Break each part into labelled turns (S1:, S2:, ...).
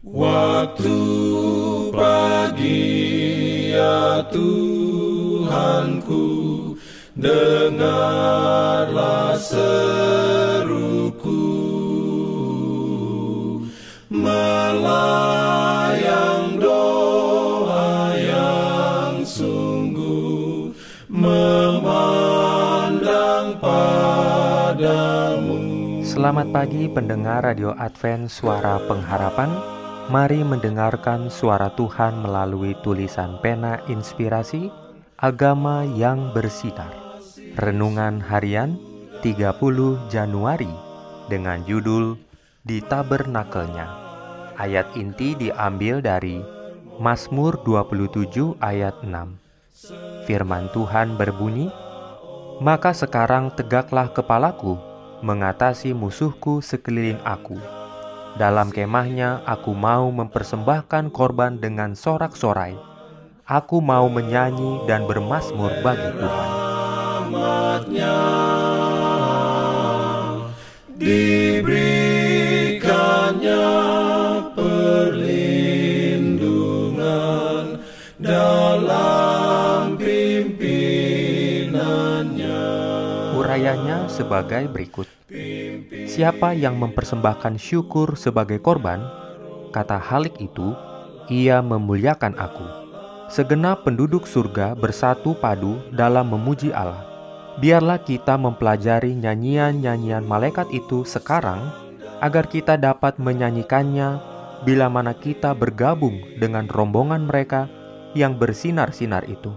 S1: Waktu pagi ya Tuhanku, dengarlah seruku, melayang doa yang sungguh, memandang padamu.
S2: Selamat pagi pendengar Radio Advent Suara Pengharapan. Mari mendengarkan suara Tuhan melalui tulisan pena inspirasi Agama yang Bersinar. Renungan harian 30 Januari dengan judul Di Tabernakelnya. Ayat inti diambil dari Mazmur 27 ayat 6. Firman Tuhan berbunyi, "Maka sekarang tegaklah kepalaku, mengatasi musuhku sekeliling aku. Dalam kemahnya aku mau mempersembahkan korban dengan sorak-sorai. Aku mau menyanyi dan bermazmur bagi Tuhan."
S1: Diberikannya perlindungan dalam pimpinannya.
S2: Urayanya sebagai berikut. Siapa yang mempersembahkan syukur sebagai korban, kata Halik itu, ia memuliakan aku. Segenap penduduk surga bersatu padu dalam memuji Allah. Biarlah kita mempelajari nyanyian-nyanyian malaikat itu sekarang, agar kita dapat menyanyikannya bila mana kita bergabung dengan rombongan mereka yang bersinar-sinar itu.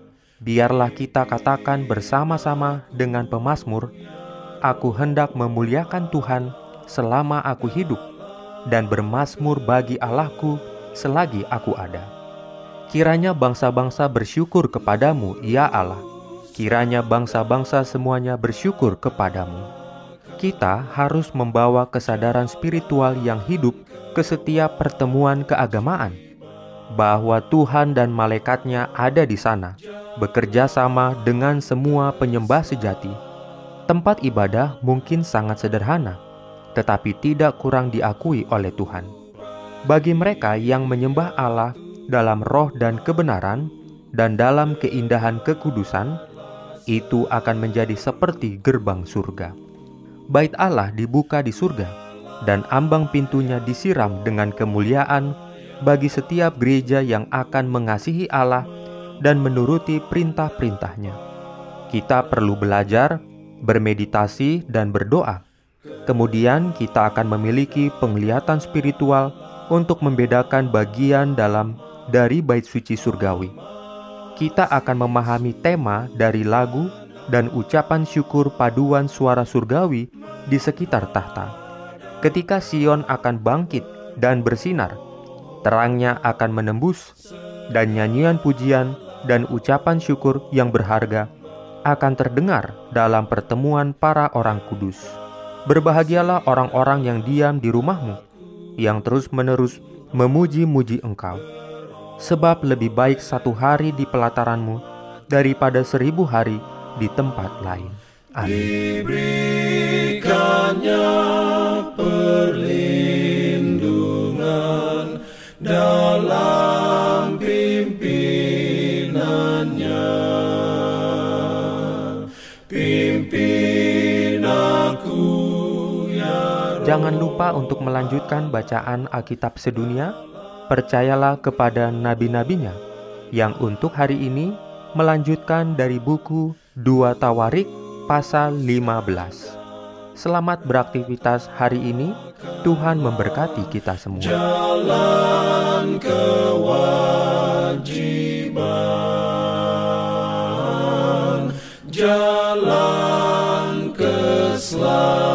S2: Biarlah kita katakan bersama-sama dengan pemazmur, "Aku hendak memuliakan Tuhan selama aku hidup, dan bermazmur bagi Allahku selagi aku ada." Kiranya bangsa-bangsa bersyukur kepadamu, ya Allah. Kiranya bangsa-bangsa semuanya bersyukur kepadamu. Kita harus membawa kesadaran spiritual yang hidup ke setiap pertemuan keagamaan, bahwa Tuhan dan malaikatnya ada di sana, bekerja sama dengan semua penyembah sejati. Tempat ibadah mungkin sangat sederhana, tetapi tidak kurang diakui oleh Tuhan. Bagi mereka yang menyembah Allah dalam roh dan kebenaran, dan dalam keindahan kekudusan, itu akan menjadi seperti gerbang surga. Bait Allah dibuka di surga, dan ambang pintunya disiram dengan kemuliaan bagi setiap gereja yang akan mengasihi Allah dan menuruti perintah-perintahnya. Kita perlu belajar, bermeditasi, dan berdoa. Kemudian kita akan memiliki penglihatan spiritual untuk membedakan bagian dalam dari bait suci surgawi. Kita akan memahami tema dari lagu dan ucapan syukur paduan suara surgawi di sekitar tahta. Ketika Sion akan bangkit dan bersinar, terangnya akan menembus, dan nyanyian pujian dan ucapan syukur yang berharga akan terdengar dalam pertemuan para orang kudus. Berbahagialah orang-orang yang diam di rumahmu, yang terus-menerus memuji-muji Engkau. Sebab lebih baik 1 hari di pelataranmu daripada 1000 hari di tempat lain. Amin.
S1: Diberikannya perlindungan dalam pimpinannya. Pimpin aku ya Roh.
S2: Jangan lupa untuk melanjutkan bacaan Alkitab sedunia. Percayalah kepada nabi-nabinya, yang untuk hari ini melanjutkan dari buku 2 Tawarik pasal 15. Selamat beraktivitas hari ini. Tuhan memberkati kita semua.
S1: Jalan kewajiban, jalan keselamatan.